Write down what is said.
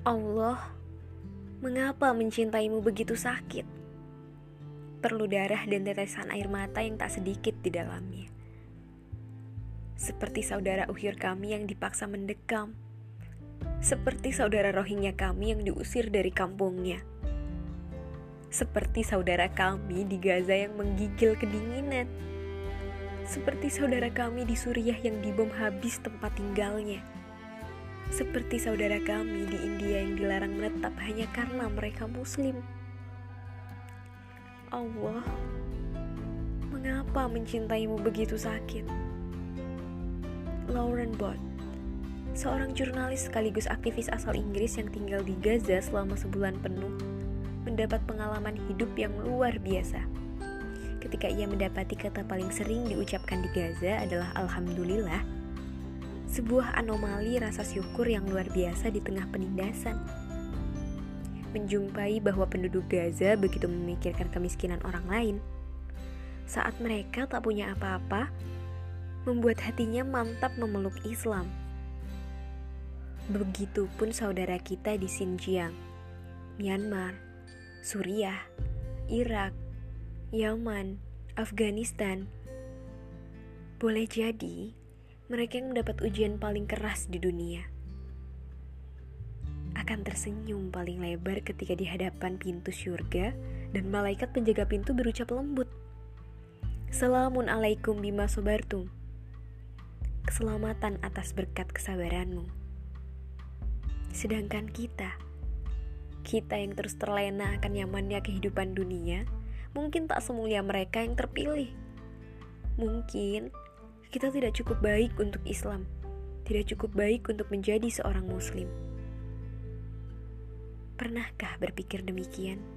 Allah, mengapa mencintaimu begitu sakit? Perlu darah dan tetesan air mata yang tak sedikit di dalamnya. Seperti saudara Uhyur kami yang dipaksa mendekam. Seperti saudara Rohingya kami yang diusir dari kampungnya. Seperti saudara kami di Gaza yang menggigil kedinginan. Seperti saudara kami di Suriah yang dibom habis tempat tinggalnya. Seperti saudara kami di India yang dilarang menetap hanya karena mereka Muslim. Allah, mengapa mencintaimu begitu sakit? Lauren Bott, seorang jurnalis sekaligus aktivis asal Inggris yang tinggal di Gaza selama sebulan penuh, mendapat pengalaman hidup yang luar biasa. Ketika ia mendapati kata paling sering diucapkan di Gaza adalah Alhamdulillah, sebuah anomali rasa syukur yang luar biasa di tengah penindasan. Menjumpai bahwa penduduk Gaza begitu memikirkan kemiskinan orang lain, saat mereka tak punya apa-apa, membuat hatinya mantap memeluk Islam. Begitupun saudara kita di Xinjiang, Myanmar, Suriah, Irak, Yaman, Afghanistan. Boleh jadi mereka yang mendapat ujian paling keras di dunia akan tersenyum paling lebar ketika di hadapan pintu syurga dan malaikat penjaga pintu berucap lembut, Salamun alaikum bima sobartum. Keselamatan atas berkat kesabaranmu. Sedangkan kita yang terus terlena akan nyamannya kehidupan dunia, mungkin tak semulia mereka yang terpilih. Mungkin kita tidak cukup baik untuk Islam, tidak cukup baik untuk menjadi seorang Muslim. Pernahkah berpikir demikian?